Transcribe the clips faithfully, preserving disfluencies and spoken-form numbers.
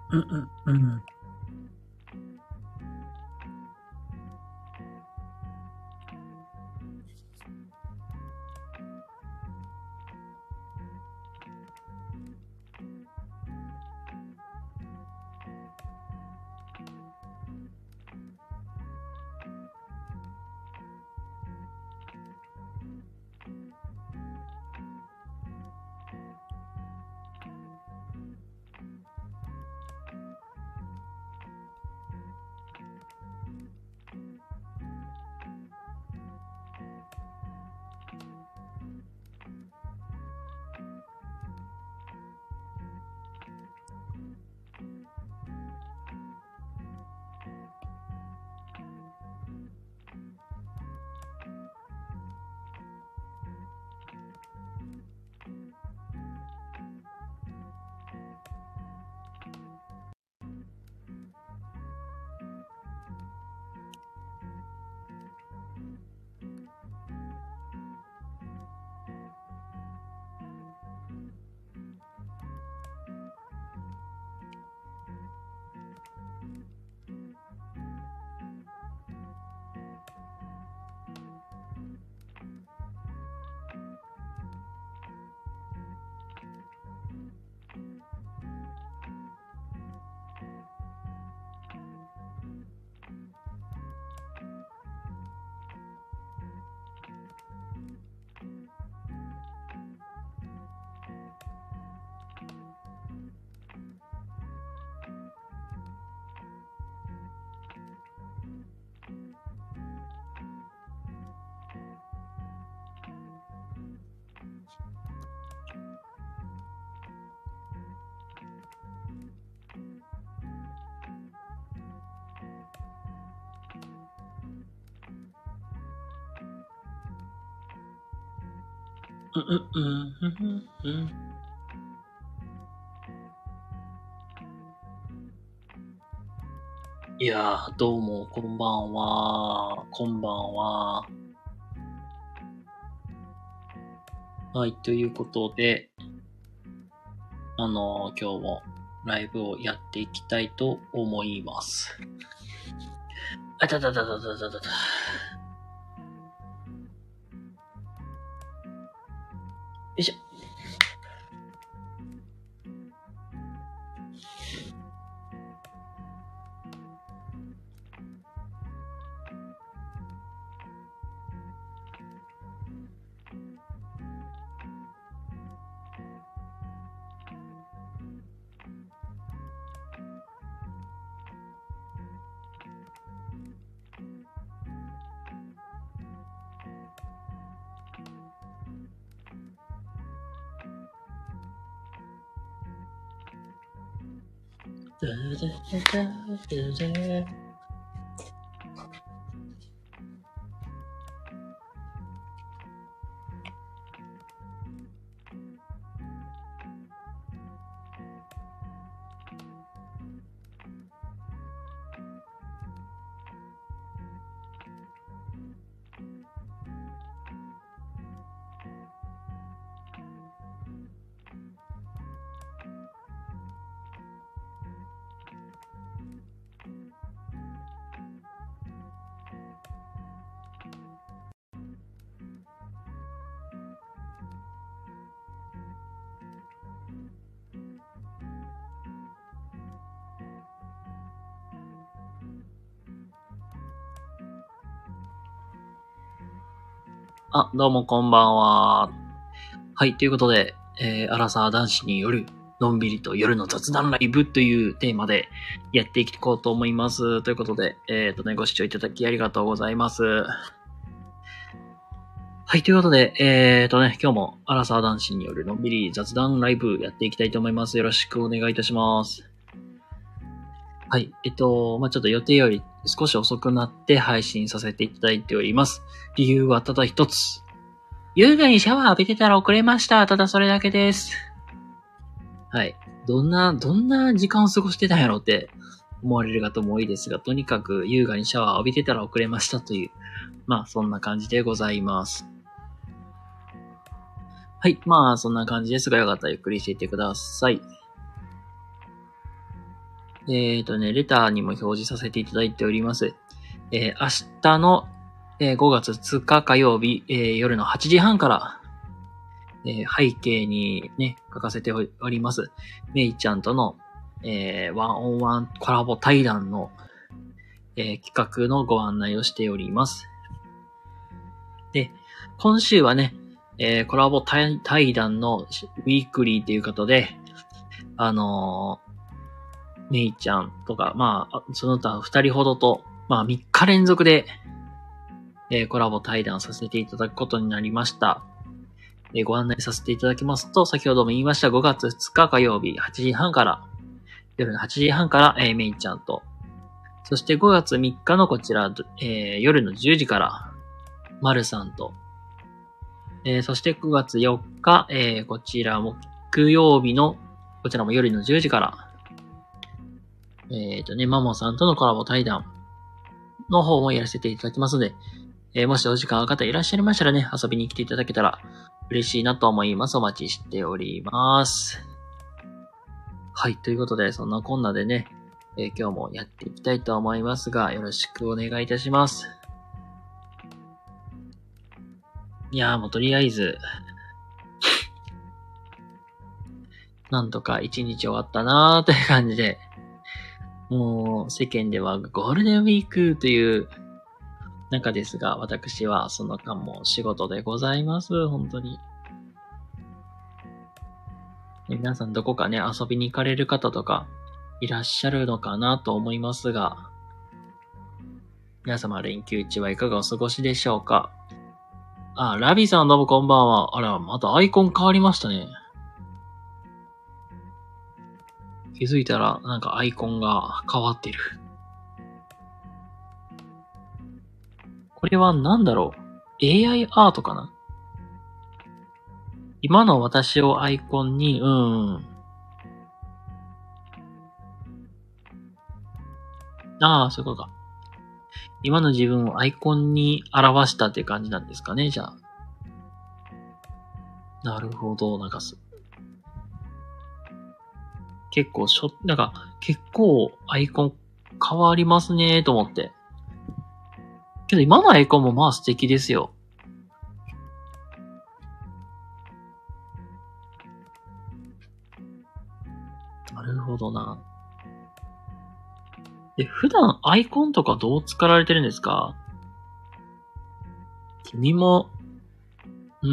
うんうんうん。うんうんうんうんうん。いやー、どうも、こんばんは。こんばんは。はい、ということで、あのー、今日もライブをやっていきたいと思います。あたたたたたたたた。よいしょ。だだだだだだ。あ、どうもこんばんは。はい、ということで、えー、アラサー男子によるのんびりと夜の雑談ライブというテーマでやっていこうと思います。ということで、えっとね、ご視聴いただきありがとうございます。はい、ということで、えっとね、今日もアラサー男子によるのんびり雑談ライブやっていきたいと思います。よろしくお願いいたします。はい、えっと、まあ、ちょっと予定より少し遅くなって配信させていただいております。理由はただ一つ。優雅にシャワー浴びてたら遅れました。ただそれだけです。はい。どんな、どんな時間を過ごしてたんやろうって思われる方も多いですが、とにかく優雅にシャワー浴びてたら遅れましたという、まあそんな感じでございます。はい。まあそんな感じですが、よかったらゆっくりしていってください。 えっとね、レターにも表示させていただいております。えー、明日の、えー、ごがつつか火曜日、えー、夜のはちじはんから、えー、背景にね、書かせております。めいちゃんとの、えー、ワンオンワンコラボ対談の、えー、企画のご案内をしております。で、今週はね、えー、コラボ対談のウィークリーということで、あのー、めいちゃんとか、まあ、その他二人ほどと、まあみっか連続で、えー、コラボ対談させていただくことになりました。えー、ご案内させていただきますと、先ほども言いましたごがつふつか火曜日はちじはんから、夜のはちじはんから、えー、めいちゃんと、そしてごがつみっかのこちら、えー、夜のじゅうじから、まるさんと、えー、そしてくがつよっか、えー、こちら木曜日の、こちらも夜のじゅうじから、えっとね、マモさんとのコラボ対談の方もやらせていただきますので、えー、もしお時間ある方いらっしゃいましたらね、遊びに来ていただけたら嬉しいなと思います。お待ちしております。はい、ということで、そんなこんなでね、えー、今日もやっていきたいと思いますが、よろしくお願いいたします。いやーもうとりあえず、なんとか一日終わったなーという感じで、もう世間ではゴールデンウィークという中ですが、私はその間も仕事でございます。本当に。皆さんどこかね、遊びに行かれる方とかいらっしゃるのかなと思いますが、皆様連休中はいかがお過ごしでしょうか。あ、ラビさんどうもこんばんは。あら、またアイコン変わりましたね。気づいたらなんかアイコンが変わってる。これは何だろう ?エーアイ アートかな。今の私をアイコンに、うん。ああ、そういうことか。今の自分をアイコンに表したって感じなんですかね、じゃあ。なるほど、なんかす、結構しょ、なんか、結構アイコン変わりますねと思って。けど今のアイコンもまあ素敵ですよ。なるほどな。え、普段アイコンとかどう使われてるんですか？君も、うん。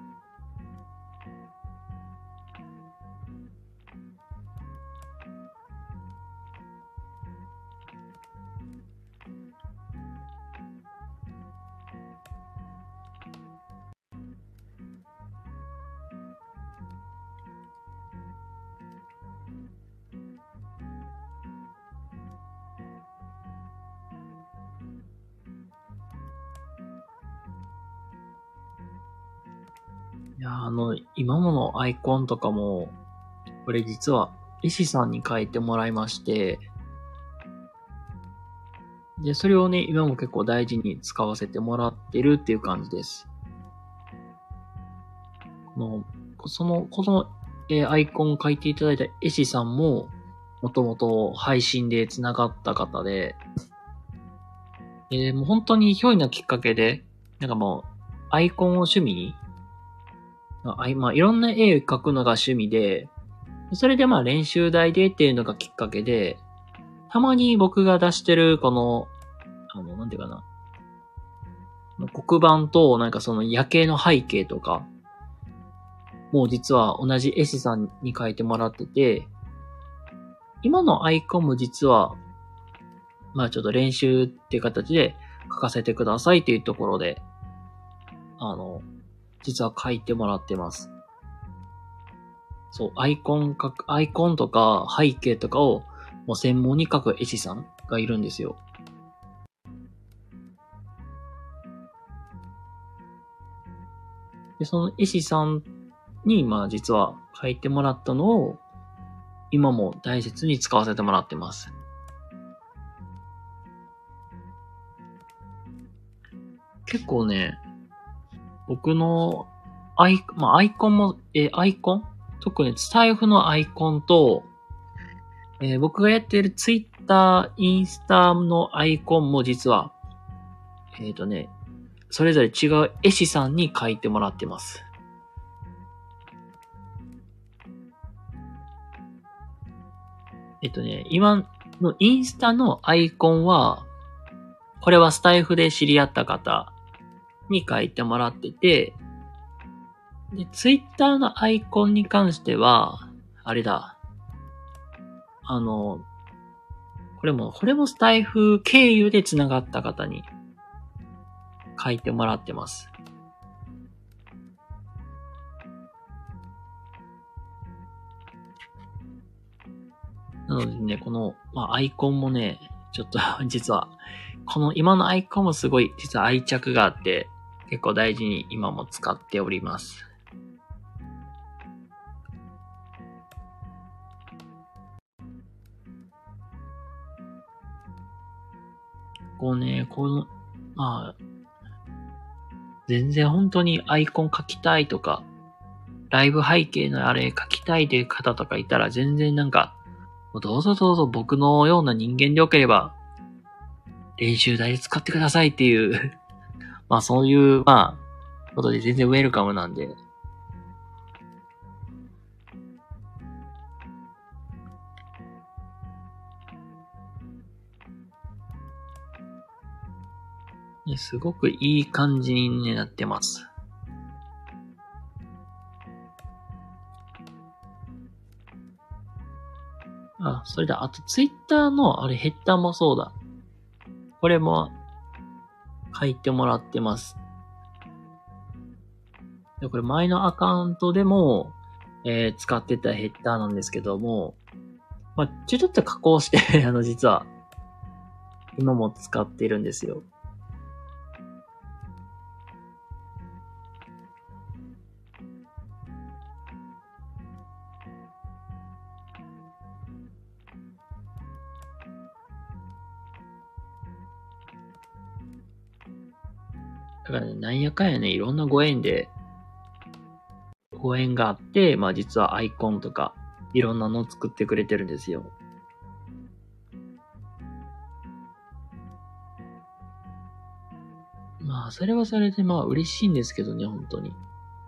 いや、あの、今ものアイコンとかも、これ実は、医師さんに書いてもらいまして、で、それをね、今も結構大事に使わせてもらってるっていう感じです。この、その、この、えーアイコン書いていただいた絵師さんも、もともと配信で繋がった方で、えーもう本当にひょいなきっかけで、なんかもう、アイコンを趣味に、あいまあ、いろんな絵を描くのが趣味で、それでまあ練習台でっていうのがきっかけで、たまに僕が出してるこの、あの、なんていうかな、黒板となんかその夜景の背景とか、もう実は同じ絵師さんに描いてもらってて、今のアイコンも実は、まあちょっと練習っていう形で書かせてくださいっていうところで、あの、実は書いてもらってます。そう、アイコン書く、アイコンとか背景とかをもう専門に書く絵師さんがいるんですよ。で、その絵師さんに、まあ実は書いてもらったのを、今も大切に使わせてもらってます。結構ね、僕のアイ、まあアイコンも、え、アイコン特にスタイフのアイコンと、 えー僕がやっているツイッター、インスタのアイコンも実は、えっとね、それぞれ違う絵師さんに描いてもらってます。えっとね、今のインスタのアイコンは、これはスタイフで知り合った方に描いてもらってて、で、ツイッターのアイコンに関しては、あれだ。あの、これも、これもスタイフ経由で繋がった方に書いてもらってます。なのでね、この、まあ、アイコンもね、ちょっと実は、この今のアイコンもすごい実は愛着があって、結構大事に今も使っております。こうね、この、まあ、全然本当にアイコン描きたいとか、ライブ背景のあれ描きたいという方とかいたら全然なんか、どうぞどうぞ僕のような人間でよければ、練習台で使ってくださいっていうまあそういう、まあ、ことで全然ウェルカムなんで。ね、すごくいい感じになってます。あ、それだ。あとツイッターの、あれヘッダーもそうだ。これも書いてもらってます。でこれ前のアカウントでも、えー、使ってたヘッダーなんですけども、まあ、ちょちょっと加工してあの、実は、今も使ってるんですよ。だからね、なんやかんやね、いろんなご縁で、ご縁があって、まあ実はアイコンとか、いろんなのを作ってくれてるんですよ。まあ、それはそれでまあ嬉しいんですけどね、本当に。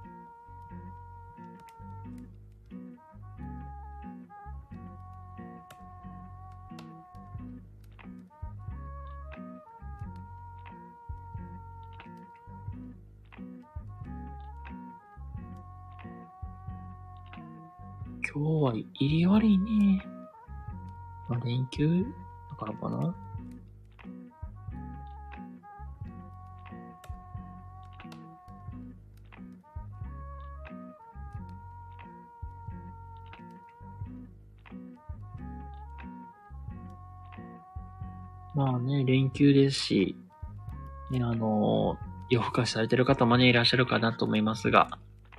今日は入り悪いね。まあ、連休だからかな。まあね、連休ですし、ね、あのー夜更かしされてる方もね、いらっしゃるかなと思いますが。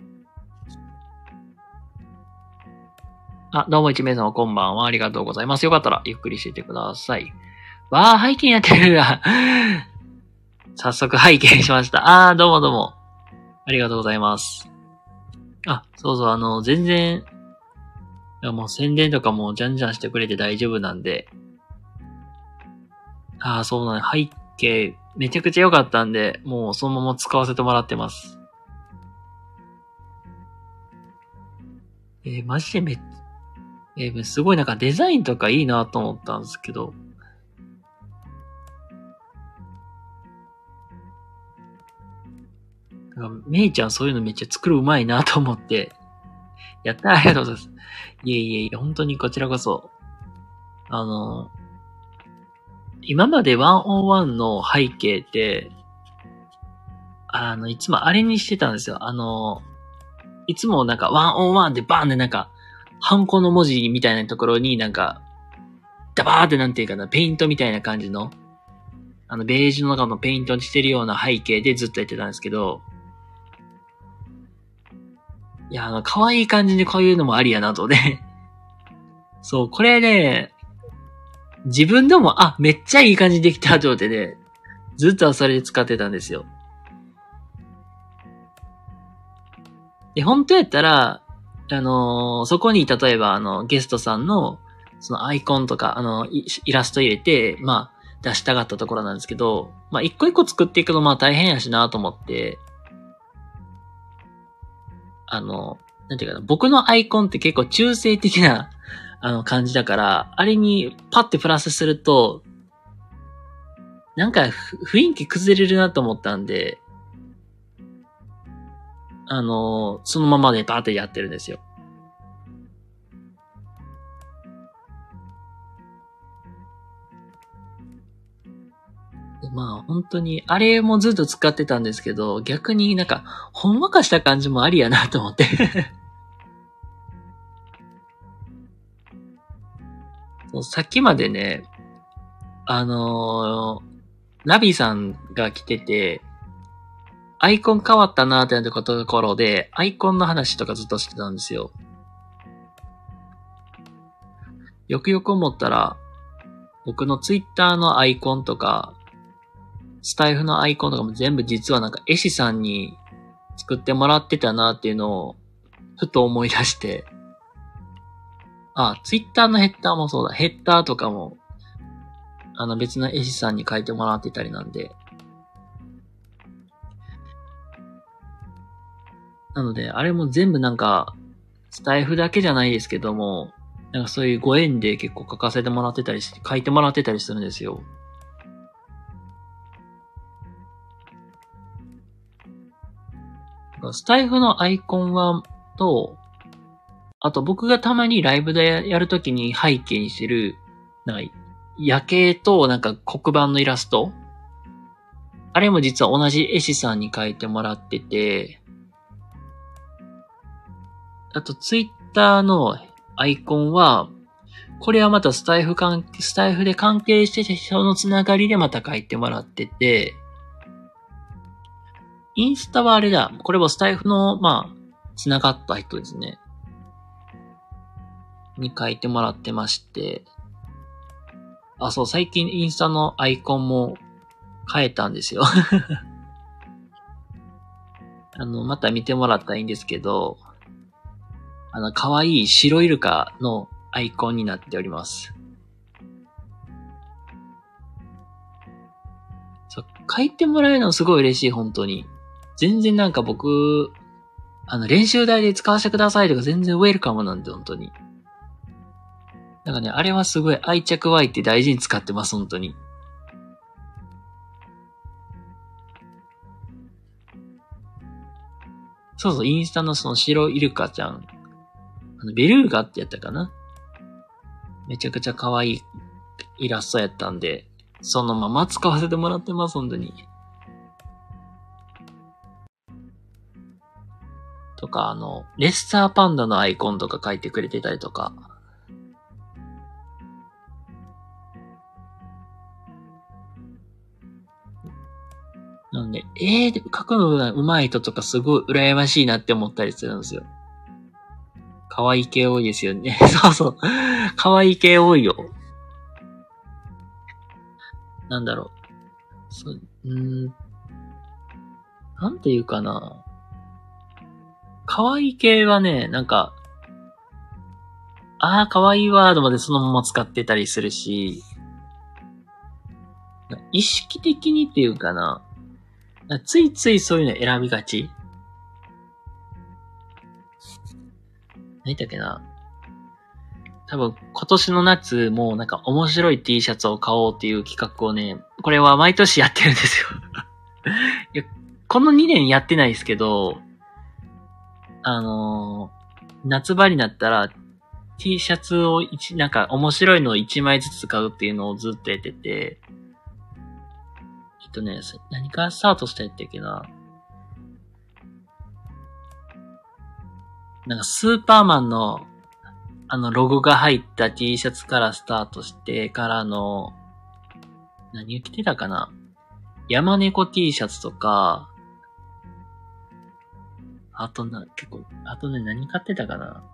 あ、どうも一名様こんばんは。ありがとうございます。よかったらゆっくりしていてください。わー、背景になってるが。早速背景にしました。あー、どうもどうも。ありがとうございます。あ、そうそう、あの、全然、いやもう宣伝とかもじゃんじゃんしてくれて大丈夫なんで。あー、そうなん、背景めちゃくちゃ良かったんで、もうそのまま使わせてもらってます。えー、マジでめっえー、すごいなんかデザインとかいいなと思ったんですけど。なんかめいちゃんそういうのめっちゃ作るうまいなと思って。やったー、ありがとうございます。いえいえいえ、本当にこちらこそ。あの、今までワンオンワンの背景って、あの、いつもあれにしてたんですよ。あの、いつもなんかワンオンワンでバーンでなんか、ハンコの文字みたいなところになんか、ダバーってなんていうかな、ペイントみたいな感じの、あの、ベージュの中のペイントにしてるような背景でずっとやってたんですけど、いや、あの、可愛い感じにこういうのもありやなとね。そう、これね、自分でも、あ、めっちゃいい感じにできたと思ってね、ずっとそれで使ってたんですよ。で、本当やったら、あのーそこに例えばあの、ゲストさんのそのアイコンとか、あの、イイラスト入れて、まあ、出したかったところなんですけど、まあ、一個一個作っていくのまあ大変やしなと思って、あの、なんていうかな、僕のアイコンって結構中性的な、あの、感じだから、あれにパッてプラスすると、なんか雰囲気崩れるなと思ったんで、あの、そのままでバーってやってるんですよ。まあ本当に、あれもずっと使ってたんですけど、逆になんか、ほんわかした感じもありやなと思ってそう。さっきまでね、あのー、ラビさんが来てて、アイコン変わったなーってなったところで、アイコンの話とかずっとしてたんですよ。よくよく思ったら、僕のツイッターのアイコンとか、スタイフのアイコンとかも全部実はなんか絵師さんに作ってもらってたなっていうのを、ふと思い出して、あ、ツイッターのヘッダーもそうだ、ヘッダーとかも、あの別の絵師さんに書いてもらってたりなんで、なので、あれも全部なんか、スタイフだけじゃないですけども、なんかそういうご縁で結構書かせてもらってたりし、書いてもらってたりするんですよ。スタイフのアイコンは、と、あと僕がたまにライブでやるときに背景にしてる、なんか、夜景となんか黒板のイラスト、あれも実は同じ絵師さんに描いてもらってて、あとツイッターのアイコンは、これはまたスタイフ関スタイフで関係してて、そのつながりでまた描いてもらってて、インスタはあれだ。これもスタイフの、まあ、つながった人ですね。に書いてもらってまして。あ、そう、最近インスタのアイコンも変えたんですよ。あの、また見てもらったらいいんですけど、あの、可愛い白イルカのアイコンになっております。そう、書いてもらえるのすごい嬉しい、本当に。全然なんか僕、あの、練習台で使わせてくださいとか全然ウェルカムなんで、本当に。なんかね、あれはすごい愛着湧いて大事に使ってます、本当に。そうそう、インスタのその白イルカちゃん。あの、ベルーガってやったかな。めちゃくちゃ可愛いイラストやったんで、そのまま使わせてもらってます、本当に。とか、あの、レッサーパンダのアイコンとか書いてくれてたりとか。なので、えー、で書くのが上手い人とかすごい羨ましいなって思ったりするんですよ。可愛い系多いですよね。そうそう。可愛い系多いよ。なんだろう。そう、うーん。なんていうかな。可愛い系はね、なんか、あー可愛いワードまでそのまま使ってたりするし、意識的にっていうかな。ついついそういうの選びがち。何だっけな。多分今年の夏もなんか面白い T シャツを買おうっていう企画をね、これは毎年やってるんですよ。いや、このにねんやってないですけど、あのー、夏場になったら T シャツを一、なんか面白いのをいちまいずつ買うっていうのをずっとやってて、えっとね、何からスタートしたやったっけな。なんかスーパーマンのあのロゴが入った T シャツからスタートしてからの、何を着てたかな。山猫 T シャツとか、あとな、結構、あとね、何買ってたかな。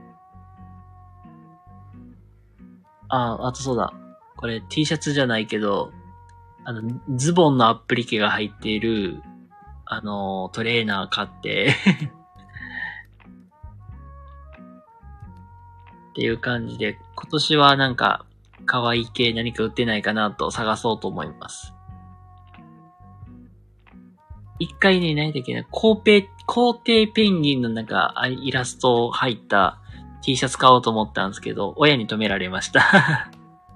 あ、あとそうだ。これ T シャツじゃないけど、あの、ズボンのアップリケが入っている、あの、トレーナー買ってっていう感じで、今年はなんか、可愛い系何か売ってないかなと探そうと思います。一回ね、何だっけな、皇帝、皇帝ペンギンのなんか、イラスト入った T シャツ買おうと思ったんですけど、親に止められました。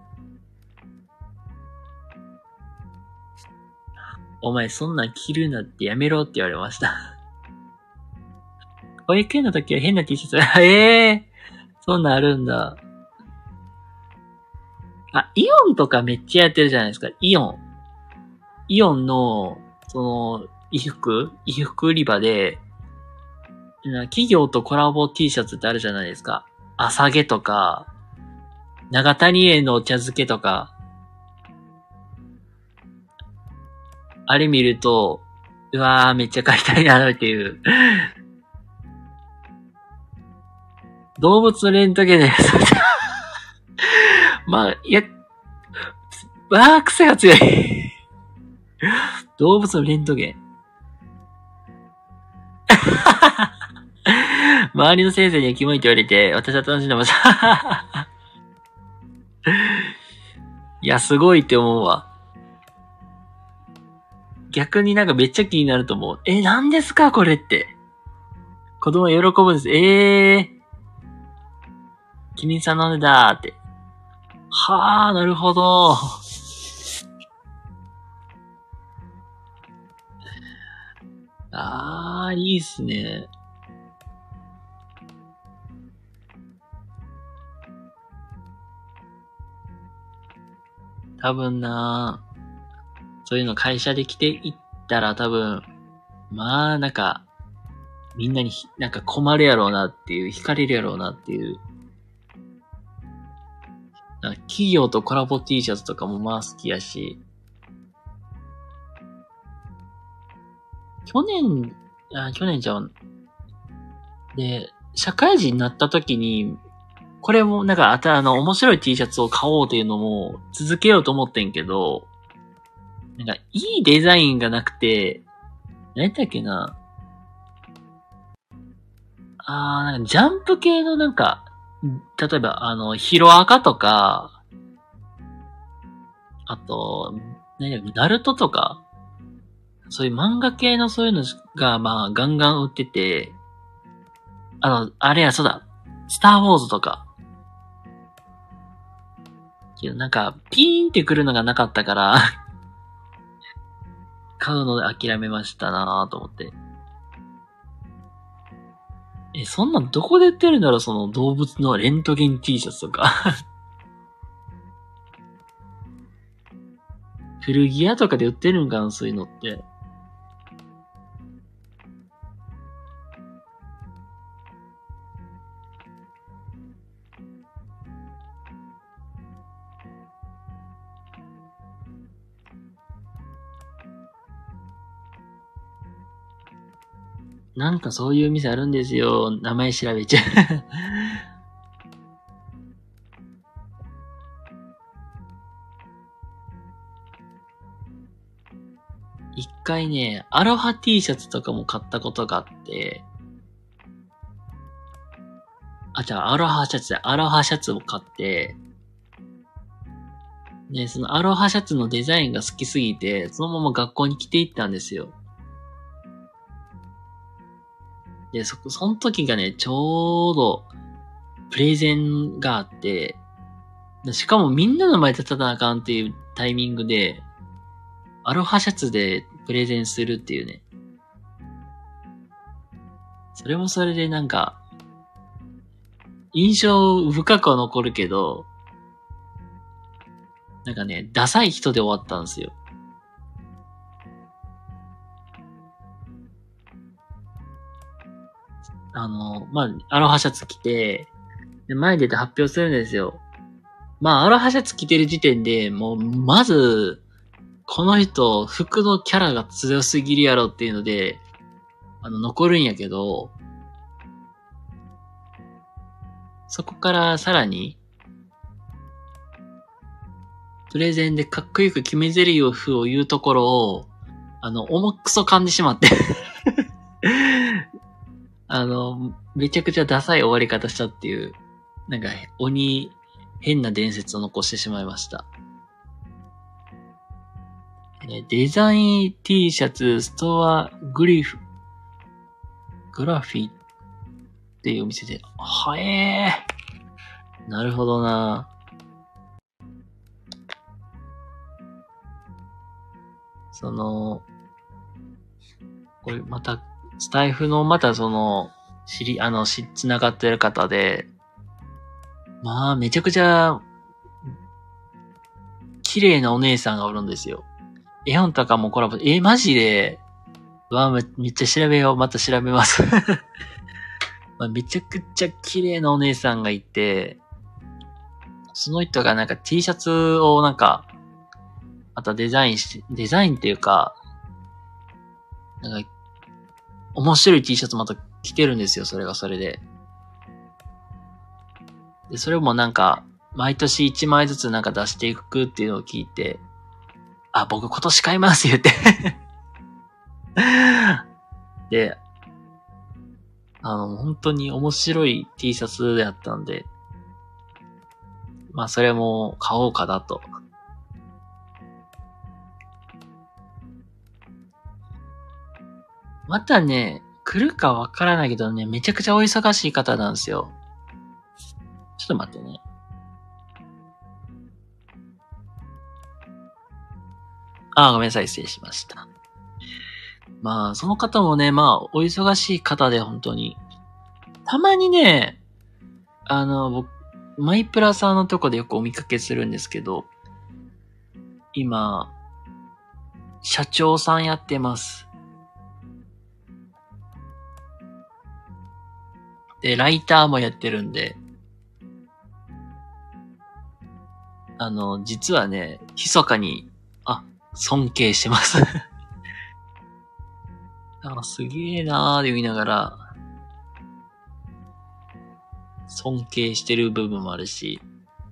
お前そんなん着るなってやめろって言われました。保育園の時は変な T シャツ、ええー、そんなんあるんだ。あ、イオンとかめっちゃやってるじゃないですか。イオン。イオンの、その、衣服衣服売り場で、企業とコラボ T シャツってあるじゃないですか。朝毛とか、長谷園のお茶漬けとか、あれ見ると、うわーめっちゃ買いたいなっていう。動物レントゲンです。まあ、いや、わー癖が強い。動物のレントゲン。周りの先生にはキモいって言われて、私は楽しんでました。いや、すごいって思うわ。逆になんかめっちゃ気になると思う。え、何ですかこれって。子供喜ぶんです。えー。キリンさんなんでだーって。はー、なるほど。あー、いいっすね。多分なそういうの会社で着ていったら多分、まあなんか、みんなになんか困るやろうなっていう、惹かれるやろうなっていう。企業とコラボ T シャツとかもまあ好きやし、去年、あ、去年じゃん。で、社会人になった時に、これもなんかあたあの面白い T シャツを買おうっていうのも続けようと思ってんけど、なんかいいデザインがなくて、何だっけな。あー、なんかジャンプ系のなんか、例えばあの、ヒロアカとか、あと、何だっけ、ナルトとか、そういう漫画系のそういうのがまあガンガン売ってて、あの、あれや、そうだ、スターウォーズとか、なんか、ピーンってくるのがなかったから、買うので諦めましたなぁと思って。え、そんなんどこで売ってるんだろうその動物のレントゲン T シャツとか。古着屋とかで売ってるんかなそういうのって。なんかそういう店あるんですよ。名前調べちゃう。一回ね、アロハ T シャツとかも買ったことがあって、あ、じゃあアロハシャツで、アロハシャツを買って、ね、そのアロハシャツのデザインが好きすぎて、そのまま学校に着て行ったんですよ。で、そ、その時がね、ちょうど、プレゼンがあって、しかもみんなの前で立たなあかんっていうタイミングで、アロハシャツでプレゼンするっていうね。それもそれでなんか、印象深くは残るけど、なんかね、ダサい人で終わったんですよ。あの、まあ、アロハシャツ着て、で前出て発表するんですよ。まあ、アロハシャツ着てる時点で、もう、まず、この人、服のキャラが強すぎるやろっていうので、あの、残るんやけど、そこからさらに、プレゼンでかっこよく決め台詞を言うところを、あの、重くそ噛んでしまってあの、めちゃくちゃダサい終わり方したっていう。 なんか、鬼、変な伝説を残してしまいました。えデザイン T シャツ、ストア、グリフ、グラフィーっていうお店で、はえー。なるほどな。その、これまた、スタイフのまたその、知り、あの、し、つながってる方で、まあ、めちゃくちゃ、綺麗なお姉さんがおるんですよ。絵本とかもコラボ、え、マジで、うわ、め、めっちゃ調べよう。また調べます。まあ、めちゃくちゃ綺麗なお姉さんがいて、その人がなんか T シャツをなんか、またデザインして、デザインっていうか、なんか、面白い T シャツまた着てるんですよ、それがそれで。で、それもなんか、毎年いちまいずつなんか出していくっていうのを聞いて、あ、僕今年買います言ってで、あの、本当に面白い T シャツやったんで、まあそれも買おうかなと。またね、来るかわからないけどね、めちゃくちゃお忙しい方なんですよ。ちょっと待ってね。ああ、ごめんなさい、失礼しました。まあ、その方もね、まあ、お忙しい方で、本当に。たまにね、あの、僕、マイプラさんのとこでよくお見かけするんですけど、今、社長さんやってます。で、ライターもやってるんで、あの、実はね、密かに、あ、尊敬してます。あ、すげえなーで見ながら、尊敬してる部分もあるし、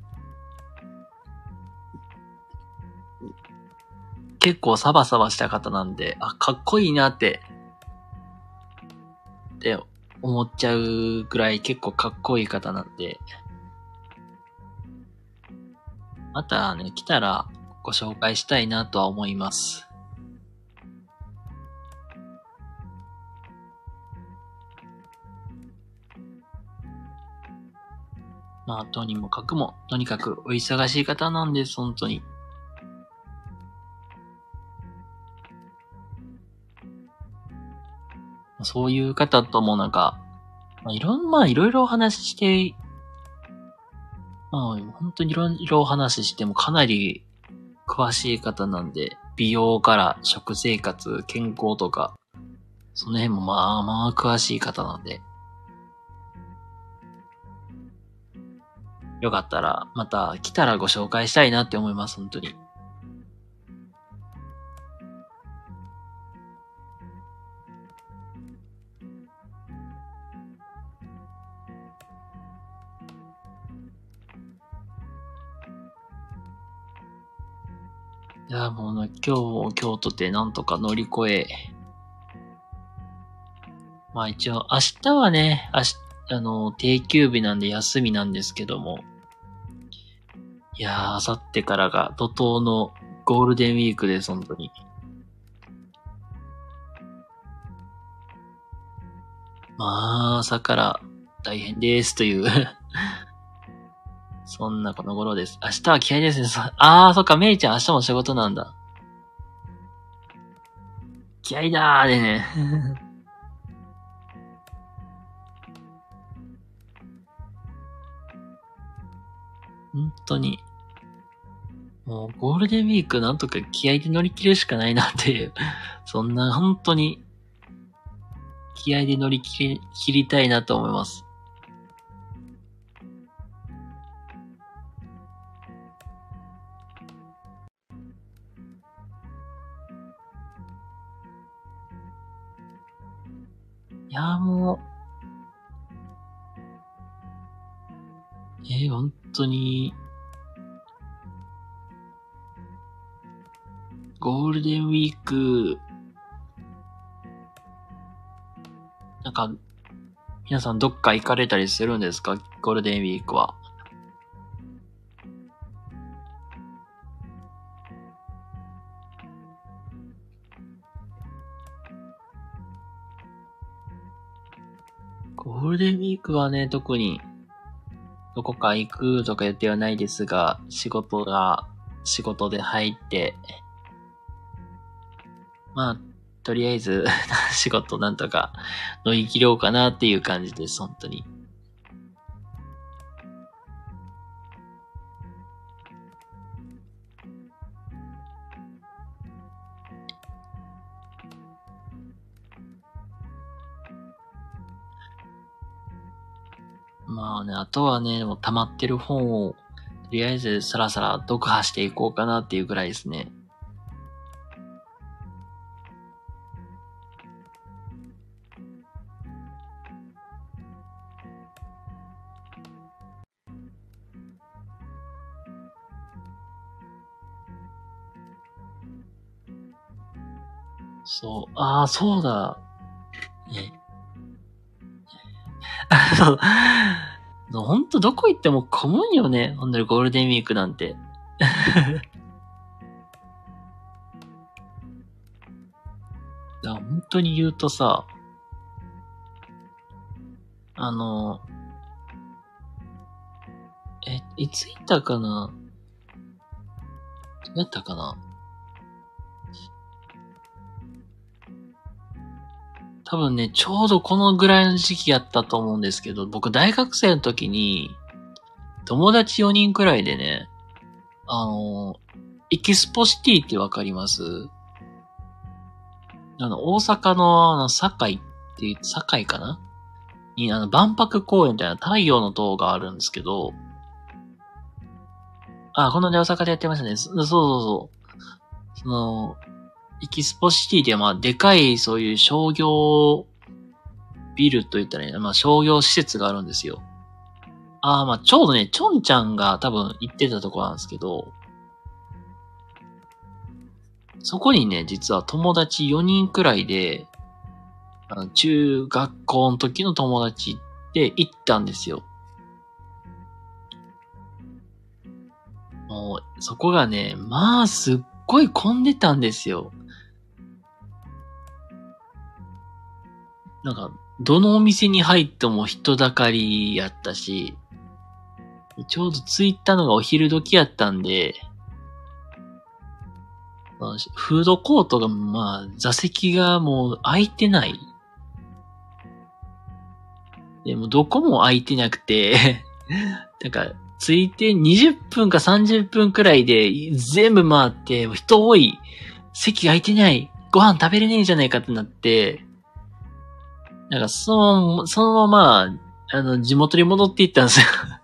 結構サバサバした方なんで、あ、かっこいいなって、って思っちゃうぐらい結構かっこいい方なんで、またね、来たらご紹介したいなとは思います。まあ、とにもかくも、とにかくお忙しい方なんです、本当に。そういう方ともなんか、まあ、いろん、まあ、いろいろお話しして、まあ、本当にいろいろお話ししてもかなり詳しい方なんで、美容から食生活、健康とか、その辺もまあまあ詳しい方なんで、よかったら、また来たらご紹介したいなって思います、本当に。いや、もうね、今日、今日とてなんとか乗り越え、まあ一応、明日はね、明日、あの、定休日なんで休みなんですけども、いやー、明後日からが怒涛のゴールデンウィークです、本当に。まあ、朝から大変ですというそんなこの頃です。明日は気合ですね。そあー、そっか、めいちゃん明日も仕事なんだ。気合だーでね。本当に。もうゴールデンウィークなんとか気合で乗り切るしかないなっていう。そんな本当に気合で乗り切り切りたいなと思います。いやーもう、えー、本当に、ゴールデンウィーク、なんか、 皆さんどっか行かれたりするんですか？ゴールデンウィークは。ゴールデンウィークはね、特にどこか行くとか予定はないですが、仕事が、仕事で入って、まあ、とりあえず仕事なんとか乗り切ろうかなっていう感じです、本当に。まあね、あとはね、もう溜まってる本を、とりあえずさらさら読破していこうかなっていうぐらいですね。そう、ああ、そうだ。ね。あの、ほんとどこ行っても混むんよね。ほんとにゴールデンウィークなんて。だから本当に言うとさ、あの、え、いつ行ったかな？どうやったかな？多分ね、ちょうどこのぐらいの時期やったと思うんですけど、僕大学生の時に、友達よにんくらいでね、あの、エキスポシティってわかります？あの、大阪のあの、堺っていう、堺かなに、あの、万博公園みたいな太陽の塔があるんですけど、あ、このね、大阪でやってましたね。そそうそうそう。その、エキスポシティではまあ、でかい、そういう商業ビルといったらいいな、まあ、商業施設があるんですよ。ああ、まあ、ちょうどね、ちょんちゃんが多分行ってたとこなんですけど、そこにね、実は友達よにんくらいで、あの中学校の時の友達で行ったんですよ。もう、そこがね、まあ、すっごい混んでたんですよ。なんか、どのお店に入っても人だかりやったし、ちょうど着いたのがお昼時やったんで、フードコートが、まあ、座席がもう空いてない。でも、どこも空いてなくて、なんか、着いてにじゅっぷんかさんじゅっぷんくらいで全部回って、人多い。席空いてない。ご飯食べれねえじゃないかってなって、なんか、その、そのまま、あの、地元に戻っていったんですよ。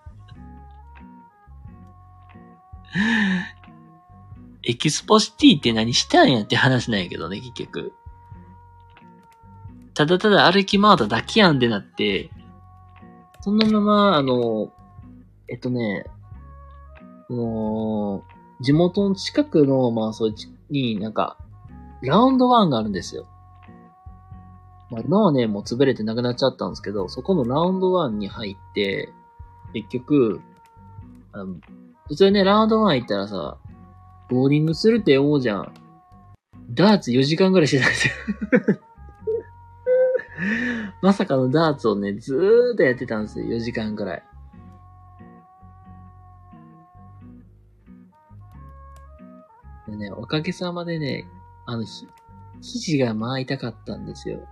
エキスポシティって何したんやって話なんやけどね、結局。ただただ歩き回っただけやんってなって、そのまま、あの、えっとね、もう、地元の近くの、まあ、そうに、なんか、ラウンドワンがあるんですよ。まあ、今はね、もう潰れてなくなっちゃったんですけど、そこのラウンドワンに入って、結局、あの普通ね、ラウンドワン行ったらさ、ボーリングするって思うじゃん。ダーツよじかんぐらいしてたんですよ。まさかのダーツをね、ずーっとやってたんですよ。よじかんぐらい。でね、おかげさまでね、あの、ひ、肘がまあ痛かったんですよ。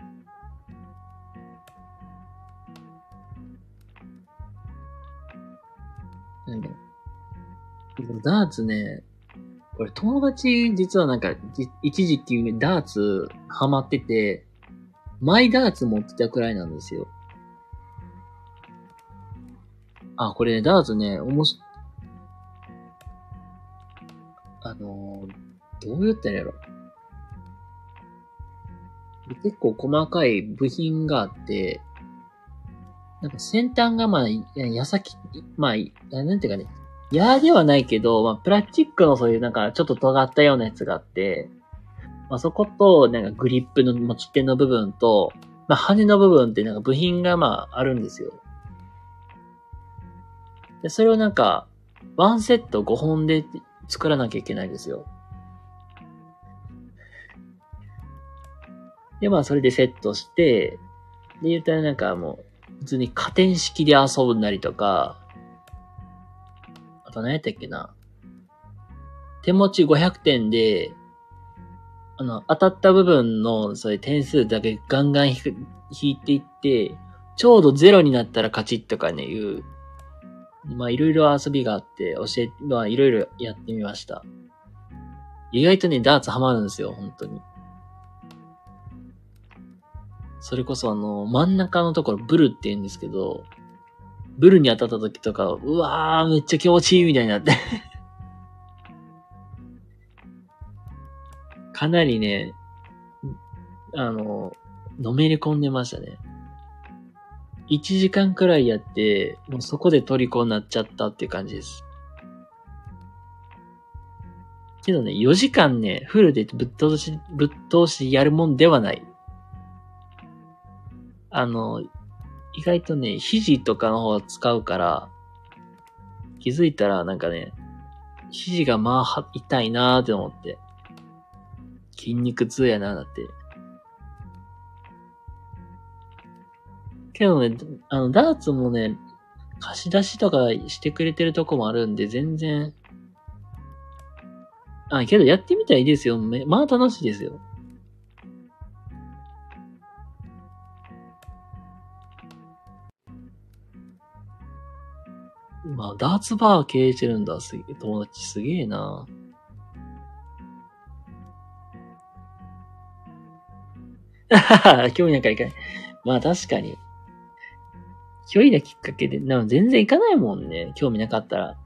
なんかダーツね、これ友達実はなんか、一時期ダーツハマってて、マイダーツ持ってたくらいなんですよ。あ、これね、ダーツね、おもし、あのー、どう言ったらやろ。結構細かい部品があって、なんか先端がまあ、矢先、まあ、なんていうかね、矢ではないけど、まあ、プラスチックのそういうなんかちょっと尖ったようなやつがあって、まあ、そこと、なんかグリップの持ち手の部分と、 まあ、羽の部分ってなんか部品がまあ、あるんですよ。で、それをなんか、ワンセットごほんで作らなきゃいけないんですよ。で、まあ、それでセットして、で、言ったらなんかもう、普通に加点式で遊ぶなりとか、あと何やったっけな。手持ちごひゃくてんで、あの、当たった部分の、そういう点数だけガンガン引いていって、ちょうどゼロになったら勝ちとかね、いう、まあ、いろいろ遊びがあって、教え、まあ、いろいろやってみました。意外とね、ダーツハマるんですよ、本当に。それこそあの、真ん中のところ、ブルって言うんですけど、ブルに当たった時とか、うわー、めっちゃ気持ちいいみたいになって。かなりね、あの、のめり込んでましたね。いちじかんくらいやって、もうそこで虜になっちゃったっていう感じです。けどね、よじかんね、フルでぶっ通し、ぶっ通しやるもんではない。あの、意外とね、肘とかの方を使うから、気づいたらなんかね、肘がまあ痛いなーって思って。筋肉痛やな、だって。けどね、あの、ダーツもね、貸し出しとかしてくれてるとこもあるんで、全然。あ、けどやってみたらいいですよ。まあ楽しいですよ。まあ、ダーツバー経営してるんだ。すげえ、友達すげえな。興味なんかいかない。まあ確かに。距離がきっかけで、でも全然行かないもんね。興味なかったら。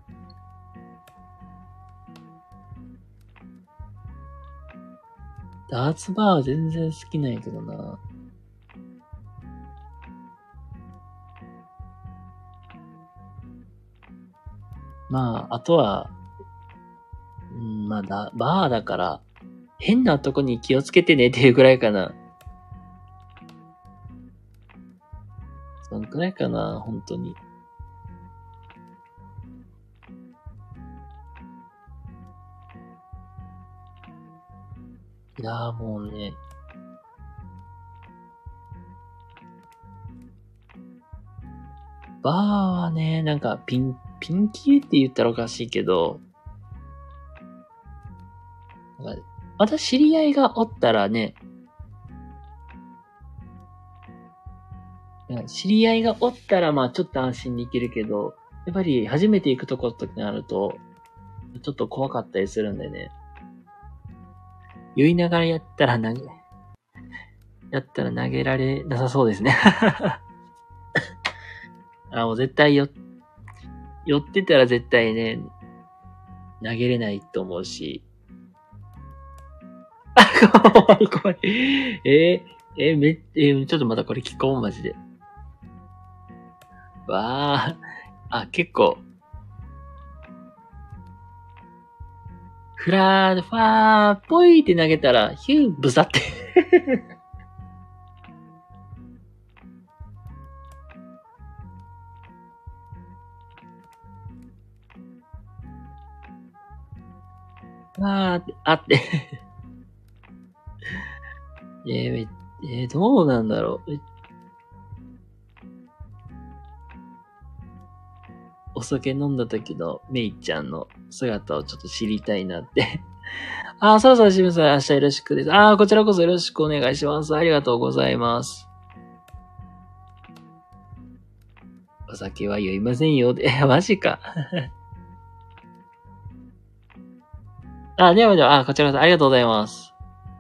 ダーツバーは全然好きなんやけどな。まあ、あとは、うん、まあだ、バーだから、変なとこに気をつけてねっていうくらいかな。そのくらいかな、本当に。いやーもうね、バーはね、なんかピン、ピンキリって言ったらおかしいけど、なんかまた知り合いがおったらね、知り合いがおったらまあちょっと安心できるけど、やっぱり初めて行くとことなると、ちょっと怖かったりするんでね。言いながらやったら投げ、やったら投げられなさそうですね。あ、もう絶対よ、寄ってたら絶対ね、投げれないと思うし。怖い怖い。えー、えー、め、えー、ちょっとまたこれ聞こう、マジで。わー。あ、結構。フラー、ファー、ぽいって投げたら、ヒュー、ブサって。わーって、あって。えー、め、えー、どうなんだろう。お酒飲んだ時のメイちゃんの姿をちょっと知りたいなって。あー、そろそろしぶさん、明日よろしくです。あー、こちらこそよろしくお願いします。ありがとうございます。お酒は酔いませんよ。え、マジか。あ、ではでは、あ、こちらこそありがとうございます。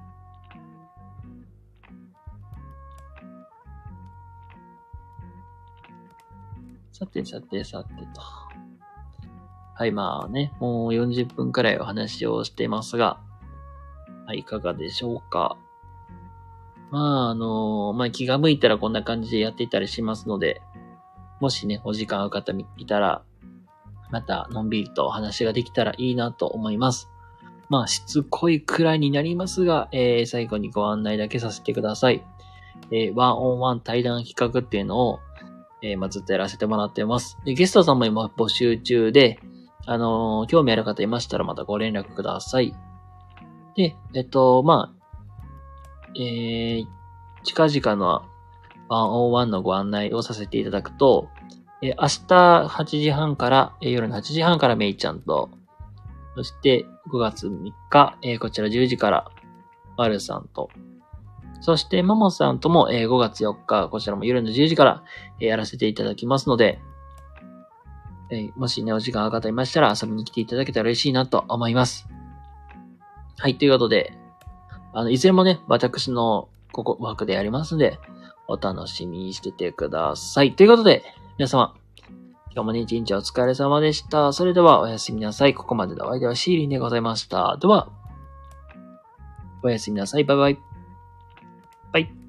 さてさてさてと。はい、まあね、もうよんじゅっぷんくらいお話をしていますが、はい、いかがでしょうか。まあ、あのまあ気が向いたらこんな感じでやっていたりしますので、もしね、お時間合う方いたら、またのんびりとお話ができたらいいなと思います。まあ、しつこいくらいになりますが、えー、最後にご案内だけさせてください。 えー、ワンオンワン対談企画っていうのを、えー、まあ、ずっとやらせてもらってます。で、ゲストさんも今募集中で、あのー、興味ある方いましたらまたご連絡ください。で、えっと、まあ、えー、近々のワンオンワンのご案内をさせていただくと、えー、明日はちじはんから、えー、夜のはちじはんからめいちゃんと、そしてごがつみっか、えー、こちらじゅうじから、まるさんと、そして、ももさんとも、えー、ごがつよっか、こちらも夜のじゅうじから、えー、やらせていただきますので、えー、もしね、お時間がかかりましたら遊びに来ていただけたら嬉しいなと思います。はい、ということで、あの、いずれもね、私のここ枠でやりますので、お楽しみにしててください。ということで、皆様、今日もね、一日お疲れ様でした。それでは、おやすみなさい。ここまでのお相手はシーリンでございました。では、おやすみなさい。バイバイ。バイ。